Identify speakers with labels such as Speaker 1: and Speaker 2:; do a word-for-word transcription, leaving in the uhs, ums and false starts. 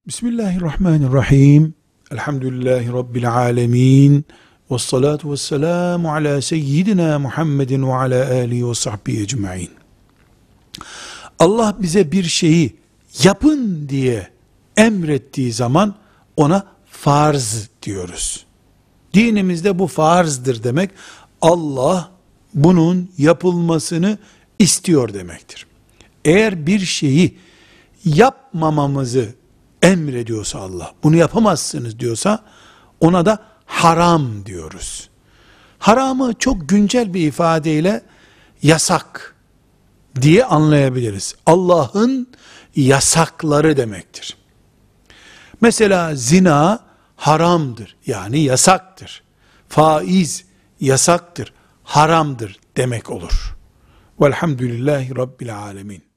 Speaker 1: Bismillahirrahmanirrahim. Elhamdülillahi Rabbil alemin. Vessalatu vesselamu ala seyyidina Muhammedin ve ala alihi ve sahbihi ecma'in. Allah bize bir şeyi yapın diye emrettiği zaman ona farz diyoruz. Dinimizde bu farzdır demek, Allah bunun yapılmasını istiyor demektir. Eğer bir şeyi yapmamamızı emrediyorsa Allah, bunu yapamazsınız diyorsa, ona da haram diyoruz. Haramı çok güncel bir ifadeyle yasak diye anlayabiliriz. Allah'ın yasakları demektir. Mesela zina haramdır, yani yasaktır. Faiz yasaktır, haramdır demek olur. Velhamdülillahi Rabbil alemin.